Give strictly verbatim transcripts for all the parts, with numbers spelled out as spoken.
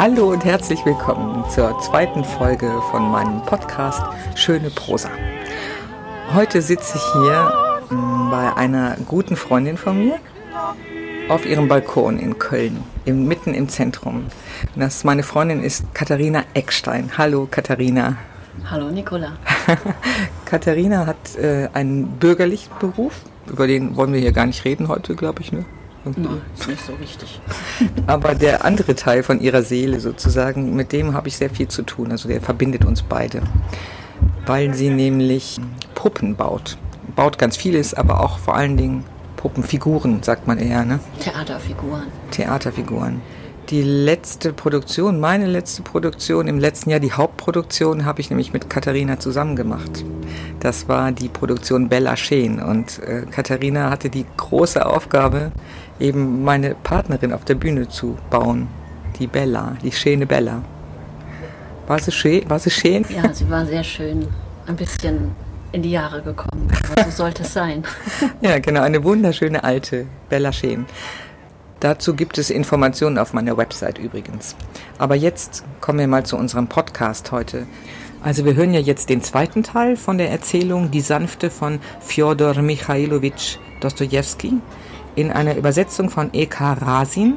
Hallo und herzlich willkommen zur zweiten Folge von meinem Podcast Schöne Prosa. Heute sitze ich hier bei einer guten Freundin von mir auf ihrem Balkon in Köln, im, mitten im Zentrum. Das, meine Freundin ist Katharina Eckstein. Hallo Katharina. Hallo Nicola. Katharina hat äh, einen bürgerlichen Beruf, über den wollen wir hier gar nicht reden heute, glaube ich, ne? Nein, ist nicht so wichtig. Aber der andere Teil von ihrer Seele sozusagen, mit dem habe ich sehr viel zu tun. Also der verbindet uns beide. Weil sie nämlich Puppen baut. Baut ganz vieles, aber auch vor allen Dingen Puppenfiguren, sagt man eher, ne? Theaterfiguren. Theaterfiguren. Die letzte Produktion, meine letzte Produktion im letzten Jahr, die Hauptproduktion, habe ich nämlich mit Katharina zusammen gemacht. Das war die Produktion Bella Scheen. Und äh, Katharina hatte die große Aufgabe, eben meine Partnerin auf der Bühne zu bauen. Die Bella, die schöne Bella. War sie schön? War sie schön? Ja, sie war sehr schön. Ein bisschen in die Jahre gekommen. Aber so sollte es sein. Ja, genau. Eine wunderschöne alte Bella Scheen. Dazu gibt es Informationen auf meiner Website übrigens. Aber jetzt kommen wir mal zu unserem Podcast heute. Also wir hören ja jetzt den zweiten Teil von der Erzählung Die Sanfte von Fjodor Michailowitsch Dostojewski in einer Übersetzung von E K Rasin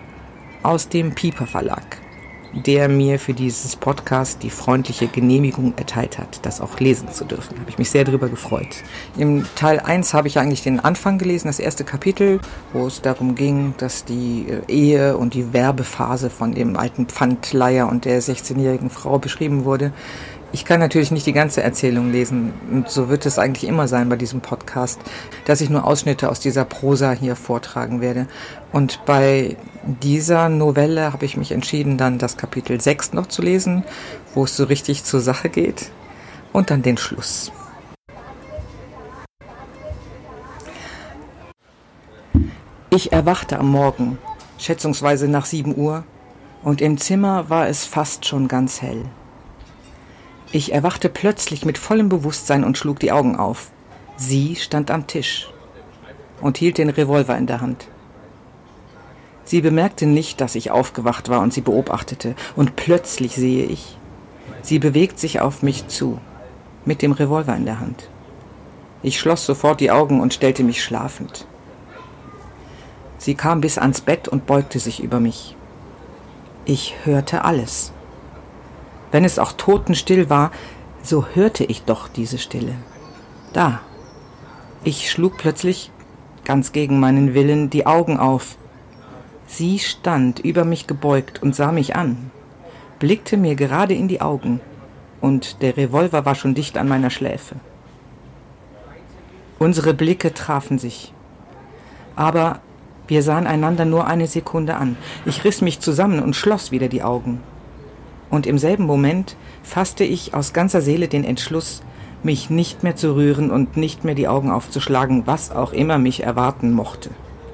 aus dem Piper Verlag, der mir für dieses Podcast die freundliche Genehmigung erteilt hat, das auch lesen zu dürfen. Da habe ich mich sehr drüber gefreut. Im Teil eins habe ich eigentlich den Anfang gelesen, das erste Kapitel, wo es darum ging, dass die Ehe und die Werbephase von dem alten Pfandleiher und der sechzehnjährigen Frau beschrieben wurde. Ich kann natürlich nicht die ganze Erzählung lesen und so wird es eigentlich immer sein bei diesem Podcast, dass ich nur Ausschnitte aus dieser Prosa hier vortragen werde. Und bei dieser Novelle habe ich mich entschieden, dann das Kapitel sechs noch zu lesen, wo es so richtig zur Sache geht und dann den Schluss. Ich erwachte am Morgen, schätzungsweise nach sieben Uhr, und im Zimmer war es fast schon ganz hell. Ich erwachte plötzlich mit vollem Bewusstsein und schlug die Augen auf. Sie stand am Tisch und hielt den Revolver in der Hand. Sie bemerkte nicht, dass ich aufgewacht war und sie beobachtete. Und plötzlich sehe ich, sie bewegt sich auf mich zu, mit dem Revolver in der Hand. Ich schloss sofort die Augen und stellte mich schlafend. Sie kam bis ans Bett und beugte sich über mich. Ich hörte alles. Wenn es auch totenstill war, so hörte ich doch diese Stille. Da. Ich schlug plötzlich, ganz gegen meinen Willen, die Augen auf. Sie stand über mich gebeugt und sah mich an, blickte mir gerade in die Augen, und der Revolver war schon dicht an meiner Schläfe. Unsere Blicke trafen sich. Aber wir sahen einander nur eine Sekunde an. Ich riss mich zusammen und schloss wieder die Augen. Und im selben Moment fasste ich aus ganzer Seele den Entschluss, mich nicht mehr zu rühren und nicht mehr die Augen aufzuschlagen, was auch immer mich erwarten mochte.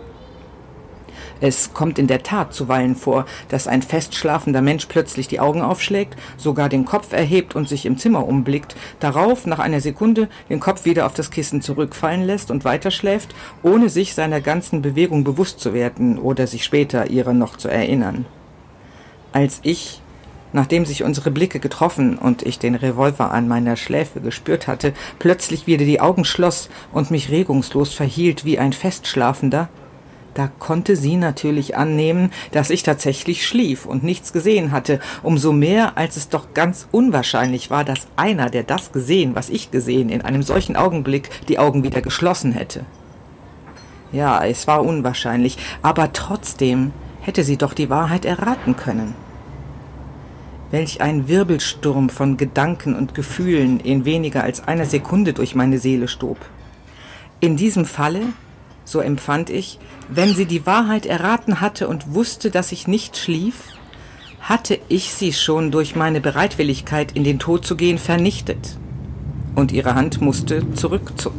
Es kommt in der Tat zuweilen vor, dass ein festschlafender Mensch plötzlich die Augen aufschlägt, sogar den Kopf erhebt und sich im Zimmer umblickt, darauf nach einer Sekunde den Kopf wieder auf das Kissen zurückfallen lässt und weiterschläft, ohne sich seiner ganzen Bewegung bewusst zu werden oder sich später ihrer noch zu erinnern. Als ich, nachdem sich unsere Blicke getroffen und ich den Revolver an meiner Schläfe gespürt hatte, plötzlich wieder die Augen schloss und mich regungslos verhielt wie ein Festschlafender, da konnte sie natürlich annehmen, dass ich tatsächlich schlief und nichts gesehen hatte, umso mehr, als es doch ganz unwahrscheinlich war, dass einer, der das gesehen, was ich gesehen, in einem solchen Augenblick die Augen wieder geschlossen hätte. Ja, es war unwahrscheinlich, aber trotzdem hätte sie doch die Wahrheit erraten können. Welch ein Wirbelsturm von Gedanken und Gefühlen in weniger als einer Sekunde durch meine Seele stob. In diesem Falle, so empfand ich, wenn sie die Wahrheit erraten hatte und wusste, dass ich nicht schlief, hatte ich sie schon durch meine Bereitwilligkeit, in den Tod zu gehen, vernichtet. Und ihre Hand musste zurückzucken.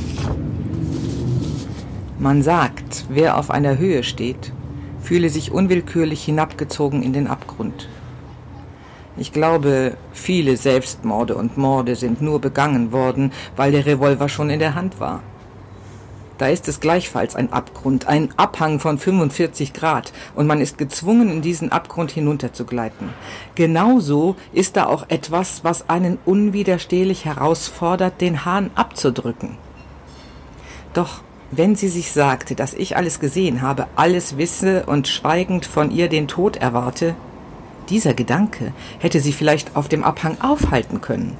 Man sagt, wer auf einer Höhe steht, fühle sich unwillkürlich hinabgezogen in den Abgrund. Ich glaube, viele Selbstmorde und Morde sind nur begangen worden, weil der Revolver schon in der Hand war. Da ist es gleichfalls ein Abgrund, ein Abhang von fünfundvierzig Grad und man ist gezwungen, in diesen Abgrund hinunterzugleiten. Genauso ist da auch etwas, was einen unwiderstehlich herausfordert, den Hahn abzudrücken. Doch wenn sie sich sagte, dass ich alles gesehen habe, alles wisse und schweigend von ihr den Tod erwarte, dieser Gedanke hätte sie vielleicht auf dem Abhang aufhalten können.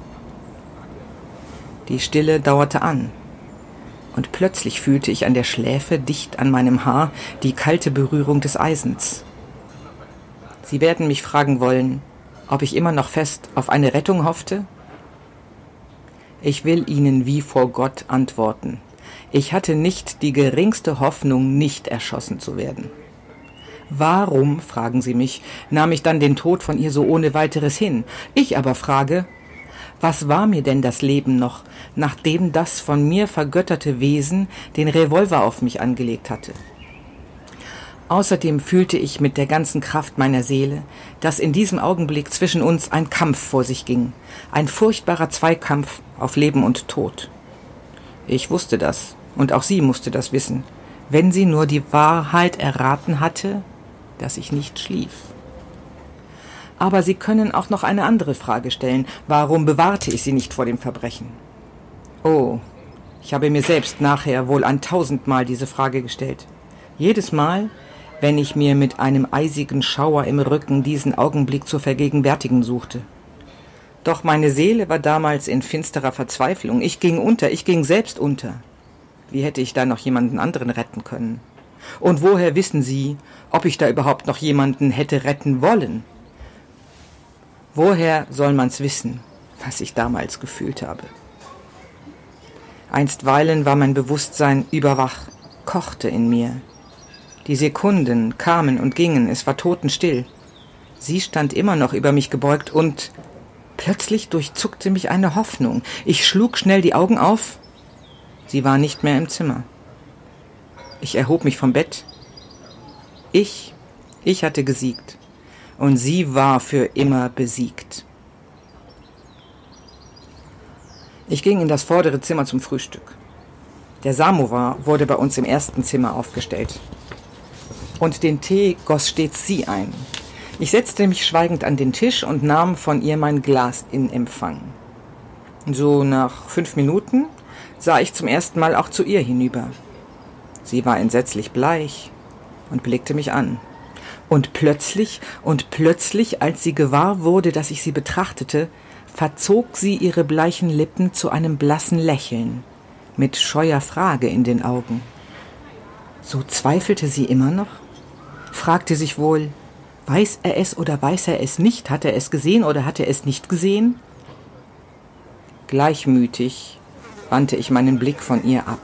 Die Stille dauerte an. Und plötzlich fühlte ich an der Schläfe, dicht an meinem Haar, die kalte Berührung des Eisens. Sie werden mich fragen wollen, ob ich immer noch fest auf eine Rettung hoffte? Ich will Ihnen wie vor Gott antworten. Ich hatte nicht die geringste Hoffnung, nicht erschossen zu werden. Warum, fragen Sie mich, nahm ich dann den Tod von ihr so ohne weiteres hin? Ich aber frage, was war mir denn das Leben noch, nachdem das von mir vergötterte Wesen den Revolver auf mich angelegt hatte? Außerdem fühlte ich mit der ganzen Kraft meiner Seele, dass in diesem Augenblick zwischen uns ein Kampf vor sich ging, ein furchtbarer Zweikampf auf Leben und Tod. Ich wusste das, und auch sie musste das wissen, wenn sie nur die Wahrheit erraten hatte, dass ich nicht schlief. Aber Sie können auch noch eine andere Frage stellen. Warum bewahrte ich sie nicht vor dem Verbrechen? Oh, ich habe mir selbst nachher wohl ein tausendmal diese Frage gestellt. Jedes Mal, wenn ich mir mit einem eisigen Schauer im Rücken diesen Augenblick zu vergegenwärtigen suchte. Doch meine Seele war damals in finsterer Verzweiflung. Ich ging unter, ich ging selbst unter. Wie hätte ich da noch jemanden anderen retten können? Und woher wissen Sie, ob ich da überhaupt noch jemanden hätte retten wollen? Woher soll man's wissen, was ich damals gefühlt habe? Einstweilen war mein Bewusstsein überwach, kochte in mir. Die Sekunden kamen und gingen, es war totenstill. Sie stand immer noch über mich gebeugt und plötzlich durchzuckte mich eine Hoffnung. Ich schlug schnell die Augen auf. Sie war nicht mehr im Zimmer. Ich erhob mich vom Bett. Ich, ich hatte gesiegt. Und sie war für immer besiegt. Ich ging in das vordere Zimmer zum Frühstück. Der Samowar wurde bei uns im ersten Zimmer aufgestellt. Und den Tee goss stets sie ein. Ich setzte mich schweigend an den Tisch und nahm von ihr mein Glas in Empfang. So nach fünf Minuten sah ich zum ersten Mal auch zu ihr hinüber. Sie war entsetzlich bleich und blickte mich an. Und plötzlich, und plötzlich, als sie gewahr wurde, dass ich sie betrachtete, verzog sie ihre bleichen Lippen zu einem blassen Lächeln, mit scheuer Frage in den Augen. So zweifelte sie immer noch? Fragte sich wohl, weiß er es oder weiß er es nicht? Hat er es gesehen oder hat er es nicht gesehen? Gleichmütig wandte ich meinen Blick von ihr ab.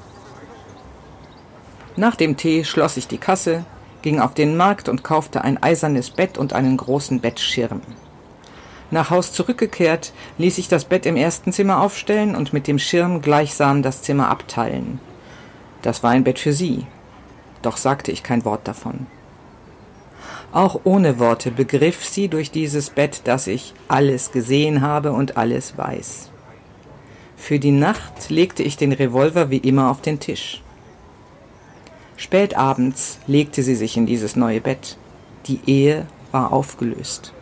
Nach dem Tee schloss ich die Kasse, ging auf den Markt und kaufte ein eisernes Bett und einen großen Bettschirm. Nach Haus zurückgekehrt, ließ ich das Bett im ersten Zimmer aufstellen und mit dem Schirm gleichsam das Zimmer abteilen. Das war ein Bett für sie, doch sagte ich kein Wort davon. Auch ohne Worte begriff sie durch dieses Bett, dass ich alles gesehen habe und alles weiß. Für die Nacht legte ich den Revolver wie immer auf den Tisch. Spät abends legte sie sich in dieses neue Bett. Die Ehe war aufgelöst.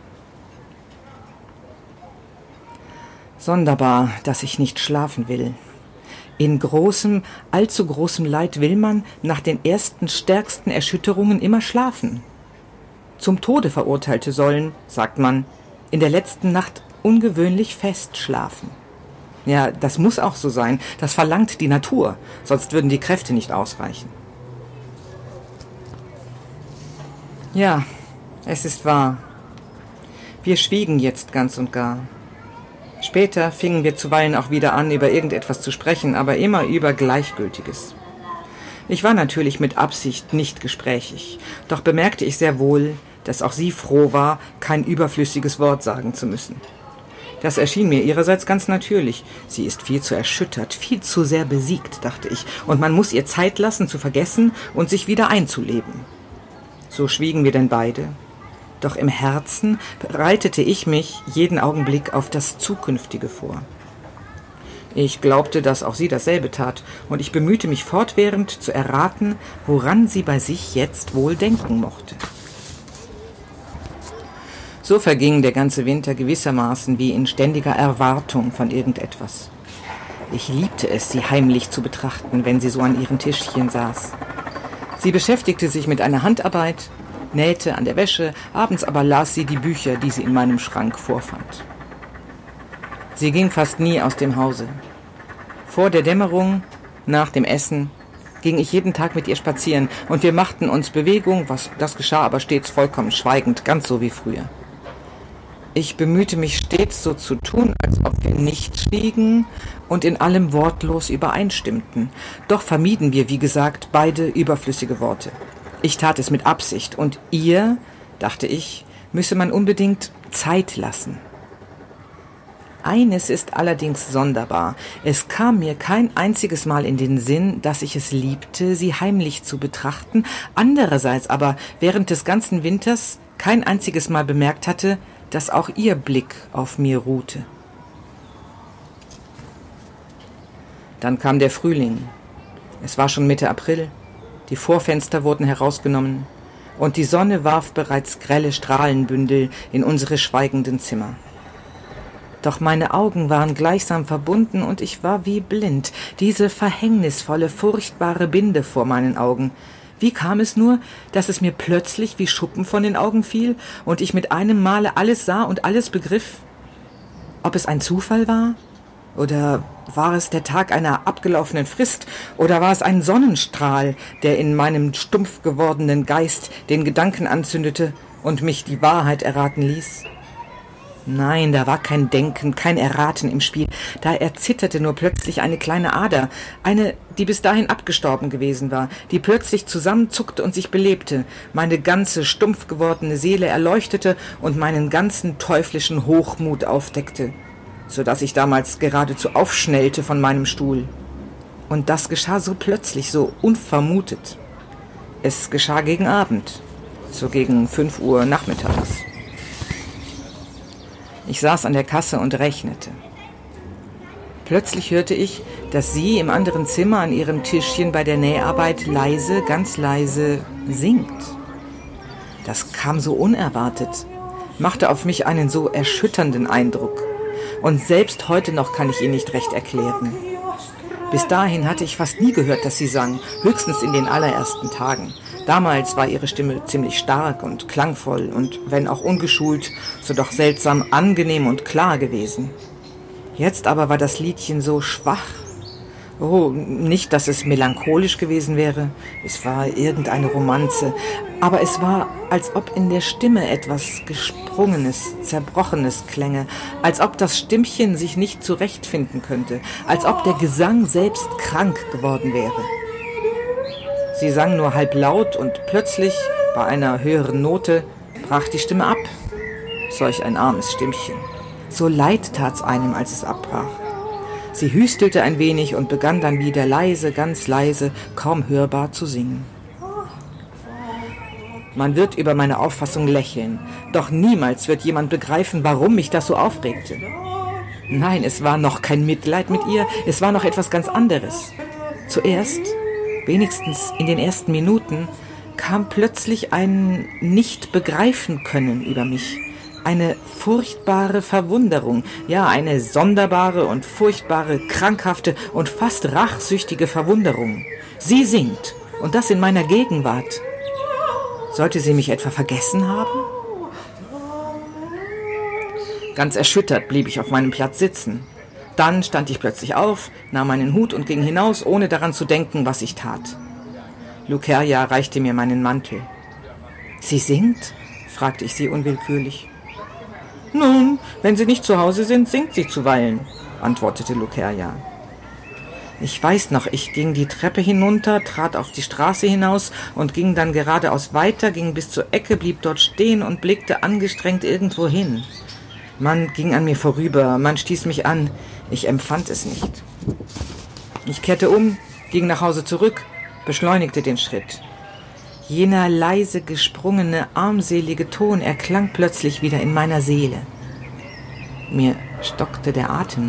Sonderbar, dass ich nicht schlafen will. In großem, allzu großem Leid will man nach den ersten stärksten Erschütterungen immer schlafen. Zum Tode Verurteilte sollen, sagt man, in der letzten Nacht ungewöhnlich fest schlafen. Ja, das muss auch so sein, das verlangt die Natur, sonst würden die Kräfte nicht ausreichen. Ja, es ist wahr. Wir schwiegen jetzt ganz und gar. Später fingen wir zuweilen auch wieder an, über irgendetwas zu sprechen, aber immer über Gleichgültiges. Ich war natürlich mit Absicht nicht gesprächig, doch bemerkte ich sehr wohl, dass auch sie froh war, kein überflüssiges Wort sagen zu müssen. Das erschien mir ihrerseits ganz natürlich. Sie ist viel zu erschüttert, viel zu sehr besiegt, dachte ich, und man muss ihr Zeit lassen, zu vergessen und sich wieder einzuleben. So schwiegen wir denn beide. Doch im Herzen bereitete ich mich jeden Augenblick auf das Zukünftige vor. Ich glaubte, dass auch sie dasselbe tat, und ich bemühte mich fortwährend zu erraten, woran sie bei sich jetzt wohl denken mochte. So verging der ganze Winter gewissermaßen wie in ständiger Erwartung von irgendetwas. Ich liebte es, sie heimlich zu betrachten, wenn sie so an ihrem Tischchen saß. Sie beschäftigte sich mit einer Handarbeit, nähte an der Wäsche, abends aber las sie die Bücher, die sie in meinem Schrank vorfand. Sie ging fast nie aus dem Hause. Vor der Dämmerung, nach dem Essen, ging ich jeden Tag mit ihr spazieren, und wir machten uns Bewegung, was das geschah aber stets vollkommen schweigend, ganz so wie früher. Ich bemühte mich stets so zu tun, als ob wir nicht schwiegen und in allem wortlos übereinstimmten. Doch vermieden wir, wie gesagt, beide überflüssige Worte. Ich tat es mit Absicht, und ihr, dachte ich, müsse man unbedingt Zeit lassen. Eines ist allerdings sonderbar. Es kam mir kein einziges Mal in den Sinn, dass ich es liebte, sie heimlich zu betrachten, andererseits aber während des ganzen Winters kein einziges Mal bemerkt hatte, dass auch ihr Blick auf mir ruhte. Dann kam der Frühling. Es war schon Mitte April. Die Vorfenster wurden herausgenommen, und die Sonne warf bereits grelle Strahlenbündel in unsere schweigenden Zimmer. Doch meine Augen waren gleichsam verbunden, und ich war wie blind, diese verhängnisvolle, furchtbare Binde vor meinen Augen. Wie kam es nur, dass es mir plötzlich wie Schuppen von den Augen fiel und ich mit einem Male alles sah und alles begriff? Ob es ein Zufall war? Oder war es der Tag einer abgelaufenen Frist? Oder war es ein Sonnenstrahl, der in meinem stumpf gewordenen Geist den Gedanken anzündete und mich die Wahrheit erraten ließ? Nein, da war kein Denken, kein Erraten im Spiel. Da erzitterte nur plötzlich eine kleine Ader, eine, die bis dahin abgestorben gewesen war, die plötzlich zusammenzuckte und sich belebte, meine ganze stumpf gewordene Seele erleuchtete und meinen ganzen teuflischen Hochmut aufdeckte, so dass ich damals geradezu aufschnellte von meinem Stuhl. Und das geschah so plötzlich, so unvermutet. Es geschah gegen Abend, so gegen fünf Uhr nachmittags. Ich saß an der Kasse und rechnete. Plötzlich hörte ich, dass sie im anderen Zimmer an ihrem Tischchen bei der Näharbeit leise, ganz leise singt. Das kam so unerwartet, machte auf mich einen so erschütternden Eindruck. Und selbst heute noch kann ich ihn nicht recht erklären. Bis dahin hatte ich fast nie gehört, dass sie sang, höchstens in den allerersten Tagen. Damals war ihre Stimme ziemlich stark und klangvoll und, wenn auch ungeschult, so doch seltsam angenehm und klar gewesen. Jetzt aber war das Liedchen so schwach. Oh, nicht, dass es melancholisch gewesen wäre, es war irgendeine Romanze, aber es war, als ob in der Stimme etwas Gesprungenes, Zerbrochenes klänge, als ob das Stimmchen sich nicht zurechtfinden könnte, als ob der Gesang selbst krank geworden wäre. Sie sang nur halb laut, und plötzlich, bei einer höheren Note, brach die Stimme ab. Solch ein armes Stimmchen. So leid tat's einem, als es abbrach. Sie hüstelte ein wenig und begann dann wieder leise, ganz leise, kaum hörbar zu singen. Man wird über meine Auffassung lächeln, doch niemals wird jemand begreifen, warum mich das so aufregte. Nein, es war noch kein Mitleid mit ihr, es war noch etwas ganz anderes. Zuerst, wenigstens in den ersten Minuten, kam plötzlich ein Nicht-Begreifen-Können über mich. Eine furchtbare Verwunderung, ja, eine sonderbare und furchtbare, krankhafte und fast rachsüchtige Verwunderung. Sie singt, und das in meiner Gegenwart. Sollte sie mich etwa vergessen haben? Ganz erschüttert blieb ich auf meinem Platz sitzen. Dann stand ich plötzlich auf, nahm meinen Hut und ging hinaus, ohne daran zu denken, was ich tat. Lukerja reichte mir meinen Mantel. »Sie singt?« fragte ich sie unwillkürlich. »Nun, wenn Sie nicht zu Hause sind, singt sie zuweilen«, antwortete Lukerja. Ich weiß noch, ich ging die Treppe hinunter, trat auf die Straße hinaus und ging dann geradeaus weiter, ging bis zur Ecke, blieb dort stehen und blickte angestrengt irgendwo hin. Man ging an mir vorüber, man stieß mich an, ich empfand es nicht. Ich kehrte um, ging nach Hause zurück, beschleunigte den Schritt. Jener leise gesprungene, armselige Ton erklang plötzlich wieder in meiner Seele. Mir stockte der Atem,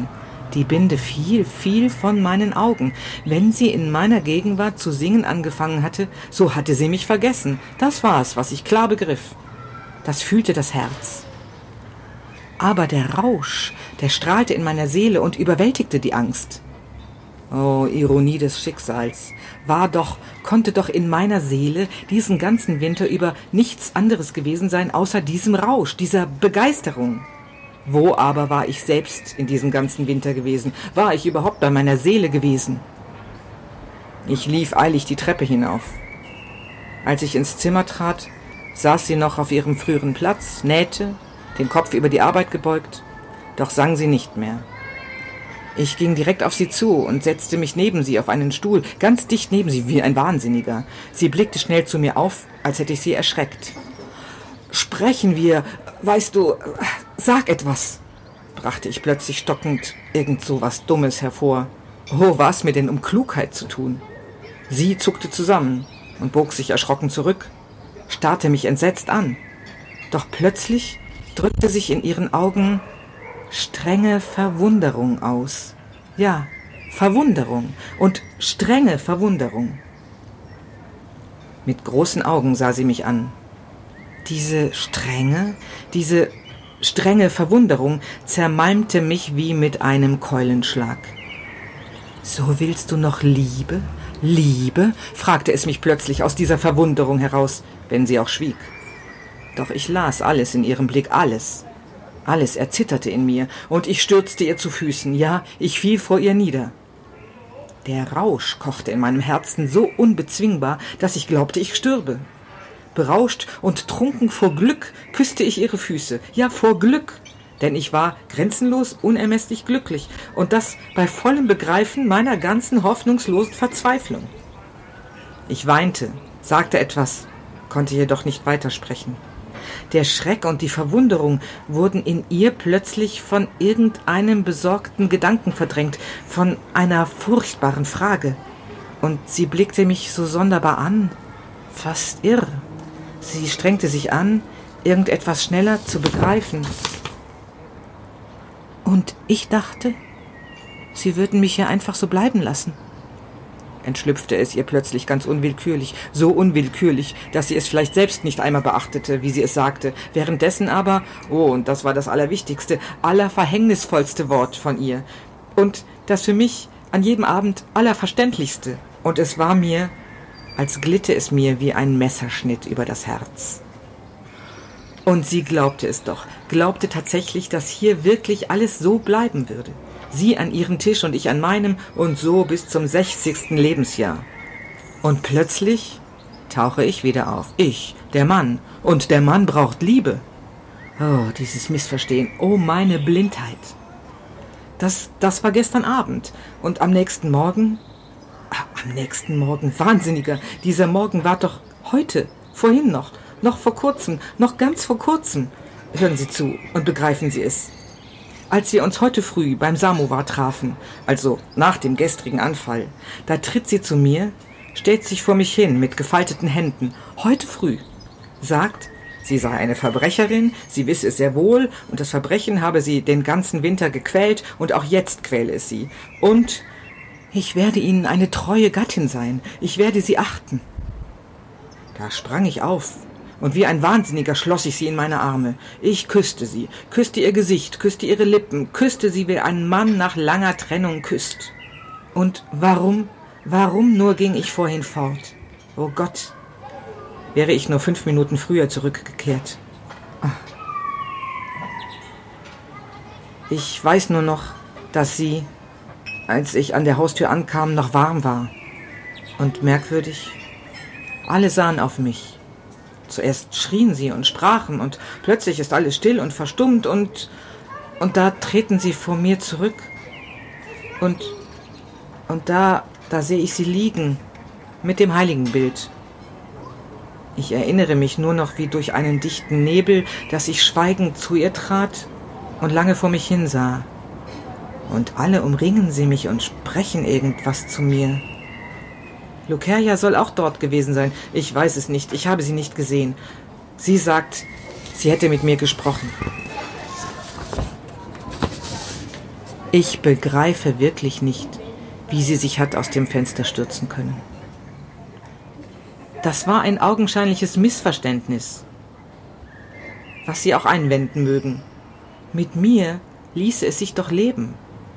Die Binde fiel, fiel von meinen Augen. Wenn sie in meiner Gegenwart zu singen angefangen hatte, so hatte sie mich vergessen. Das war's, was ich klar begriff. Das fühlte das Herz. Aber der Rausch, der strahlte in meiner Seele und überwältigte die Angst. Oh, Ironie des Schicksals, war doch, konnte doch in meiner Seele diesen ganzen Winter über nichts anderes gewesen sein, außer diesem Rausch, dieser Begeisterung. Wo aber war ich selbst in diesem ganzen Winter gewesen? War ich überhaupt bei meiner Seele gewesen? Ich lief eilig die Treppe hinauf. Als ich ins Zimmer trat, saß sie noch auf ihrem früheren Platz, nähte, den Kopf über die Arbeit gebeugt, doch sang sie nicht mehr. Ich ging direkt auf sie zu und setzte mich neben sie auf einen Stuhl, ganz dicht neben sie, wie ein Wahnsinniger. Sie blickte schnell zu mir auf, als hätte ich sie erschreckt. »Sprechen wir, weißt du, sag etwas«, brachte ich plötzlich stockend irgend so was Dummes hervor. Oh, war es mir denn um Klugheit zu tun? Sie zuckte zusammen und bog sich erschrocken zurück, starrte mich entsetzt an. Doch plötzlich drückte sich in ihren Augen strenge Verwunderung aus. Ja, Verwunderung und strenge Verwunderung. Mit großen Augen sah sie mich an. Diese strenge, diese strenge Verwunderung zermalmte mich wie mit einem Keulenschlag. »So willst du noch Liebe? Liebe?« fragte es mich plötzlich aus dieser Verwunderung heraus, wenn sie auch schwieg. Doch ich las alles in ihrem Blick, alles. Alles erzitterte in mir, und ich stürzte ihr zu Füßen. Ja, ich fiel vor ihr nieder. Der Rausch kochte in meinem Herzen so unbezwingbar, dass ich glaubte, ich stürbe. Berauscht und trunken vor Glück küsste ich ihre Füße. Ja, vor Glück, denn ich war grenzenlos, unermesslich glücklich, und das bei vollem Begreifen meiner ganzen hoffnungslosen Verzweiflung. Ich weinte, sagte etwas, konnte jedoch nicht weitersprechen. Der Schreck und die Verwunderung wurden in ihr plötzlich von irgendeinem besorgten Gedanken verdrängt, von einer furchtbaren Frage. Und sie blickte mich so sonderbar an, fast irr. Sie strengte sich an, irgendetwas schneller zu begreifen. Und ich dachte, sie würden mich hier einfach so bleiben lassen. Entschlüpfte es ihr plötzlich ganz unwillkürlich, so unwillkürlich, dass sie es vielleicht selbst nicht einmal beachtete, wie sie es sagte, währenddessen aber, oh, und das war das Allerwichtigste, allerverhängnisvollste Wort von ihr, und das für mich an jedem Abend allerverständlichste, und es war mir, als glitte es mir wie ein Messerschnitt über das Herz. Und sie glaubte es doch, glaubte tatsächlich, dass hier wirklich alles so bleiben würde. Sie an ihrem Tisch und ich an meinem, und so bis zum sechzigsten Lebensjahr. Und plötzlich tauche ich wieder auf. Ich, der Mann. Und der Mann braucht Liebe. Oh, dieses Missverstehen. Oh, meine Blindheit. Das, das war gestern Abend. Und am nächsten Morgen... Ach, am nächsten Morgen, Wahnsinniger. Dieser Morgen war doch heute, vorhin noch, noch vor kurzem, noch ganz vor kurzem. Hören Sie zu und begreifen Sie es. Als wir uns heute früh beim Samovar trafen, also nach dem gestrigen Anfall, da tritt sie zu mir, stellt sich vor mich hin mit gefalteten Händen, heute früh, sagt, sie sei eine Verbrecherin, sie wisse es sehr wohl, und das Verbrechen habe sie den ganzen Winter gequält, und auch jetzt quäle es sie. Und ich werde ihnen eine treue Gattin sein, ich werde sie achten. Da sprang ich auf. Und wie ein Wahnsinniger schloss ich sie in meine Arme. Ich küsste sie, küsste ihr Gesicht, küsste ihre Lippen, küsste sie, wie ein Mann nach langer Trennung küsst. Und warum, warum nur ging ich vorhin fort? Oh Gott, wäre ich nur fünf Minuten früher zurückgekehrt. Ich weiß nur noch, dass sie, als ich an der Haustür ankam, noch warm war. Und merkwürdig, alle sahen auf mich. Zuerst schrien sie und sprachen, und plötzlich ist alles still und verstummt, und, und da treten sie vor mir zurück. Und, und da, da sehe ich sie liegen, mit dem Heiligenbild. Ich erinnere mich nur noch wie durch einen dichten Nebel, dass ich schweigend zu ihr trat und lange vor mich hinsah. Und alle umringen sie mich und sprechen irgendwas zu mir. Lukerja soll auch dort gewesen sein. Ich weiß es nicht. Ich habe sie nicht gesehen. Sie sagt, sie hätte mit mir gesprochen. Ich begreife wirklich nicht, wie sie sich hat aus dem Fenster stürzen können. Das war ein augenscheinliches Missverständnis. Was Sie auch einwenden mögen. Mit mir ließe es sich doch leben.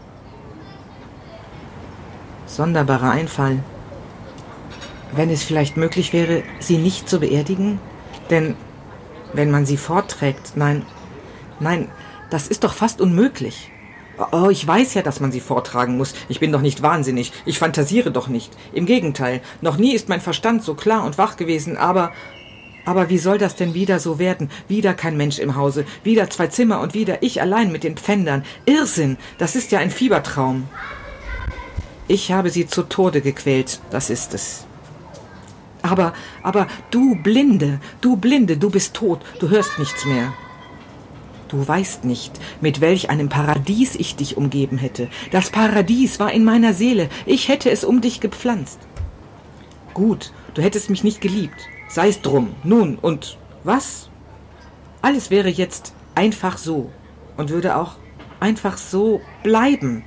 Sonderbarer Einfall. Wenn es vielleicht möglich wäre, sie nicht zu beerdigen? Denn wenn man sie fortträgt, nein, nein, das ist doch fast unmöglich. Oh, ich weiß ja, dass man sie vortragen muss. Ich bin doch nicht wahnsinnig. Ich fantasiere doch nicht. Im Gegenteil, noch nie ist mein Verstand so klar und wach gewesen, aber... Aber wie soll das denn wieder so werden? Wieder kein Mensch im Hause, wieder zwei Zimmer und wieder ich allein mit den Pfändern. Irrsinn, das ist ja ein Fiebertraum. Ich habe sie zu Tode gequält, das ist es. Aber, aber du Blinde, du Blinde, du bist tot, du hörst nichts mehr. Du weißt nicht, mit welch einem Paradies ich dich umgeben hätte. Das Paradies war in meiner Seele, ich hätte es um dich gepflanzt. Gut, du hättest mich nicht geliebt. Sei es drum. Nun, und was? Alles wäre jetzt einfach so und würde auch einfach so bleiben.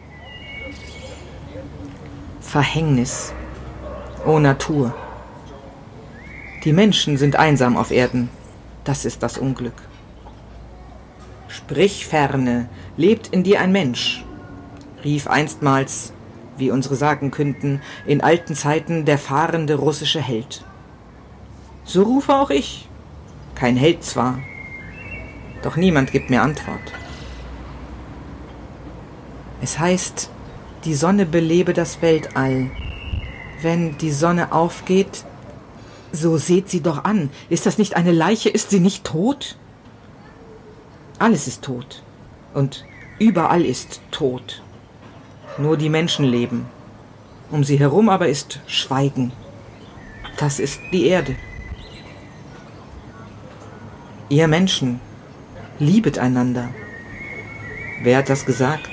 Verhängnis. O Natur. Die Menschen sind einsam auf Erden. Das ist das Unglück. Sprich, Ferne, lebt in dir ein Mensch, rief einstmals, wie unsere Sagen künden, in alten Zeiten der fahrende russische Held. So rufe auch ich. Kein Held zwar, doch niemand gibt mir Antwort. Es heißt, die Sonne belebe das Weltall. Wenn die Sonne aufgeht, so seht sie doch an. Ist das nicht eine Leiche? Ist sie nicht tot? Alles ist tot. Und überall ist tot. Nur die Menschen leben. Um sie herum aber ist Schweigen. Das ist die Erde. Ihr Menschen, liebet einander. Wer hat das gesagt?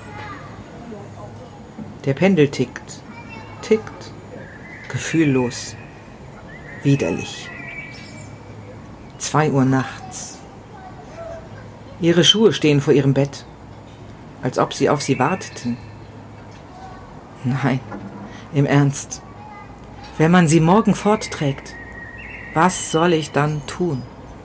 Der Pendel tickt, tickt, gefühllos, widerlich. Zwei Uhr nachts. Ihre Schuhe stehen vor ihrem Bett, als ob sie auf sie warteten. Nein, im Ernst. Wenn man sie morgen fortträgt, was soll ich dann tun?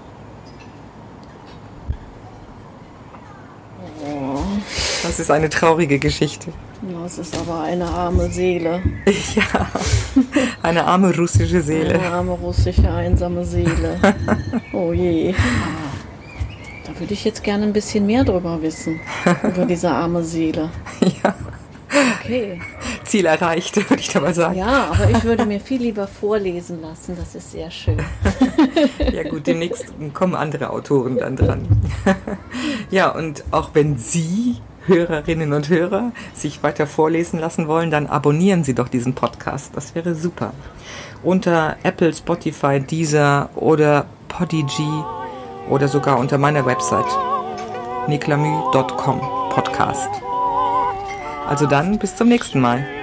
Das ist eine traurige Geschichte. Das ist aber eine arme Seele. Ja, eine arme russische Seele. Eine arme russische, einsame Seele. Oh je. Da würde ich jetzt gerne ein bisschen mehr drüber wissen. Über diese arme Seele. Ja. Okay. Ziel erreicht, würde ich da mal sagen. Ja, aber ich würde mir viel lieber vorlesen lassen. Das ist sehr schön. Ja gut, demnächst kommen andere Autoren dann dran. Ja, und auch wenn Sie, Hörerinnen und Hörer, sich weiter vorlesen lassen wollen, dann abonnieren Sie doch diesen Podcast. Das wäre super. Unter Apple, Spotify, Deezer oder Podigy oder sogar unter meiner Website nick lamy punkt com Podcast. Also dann, bis zum nächsten Mal.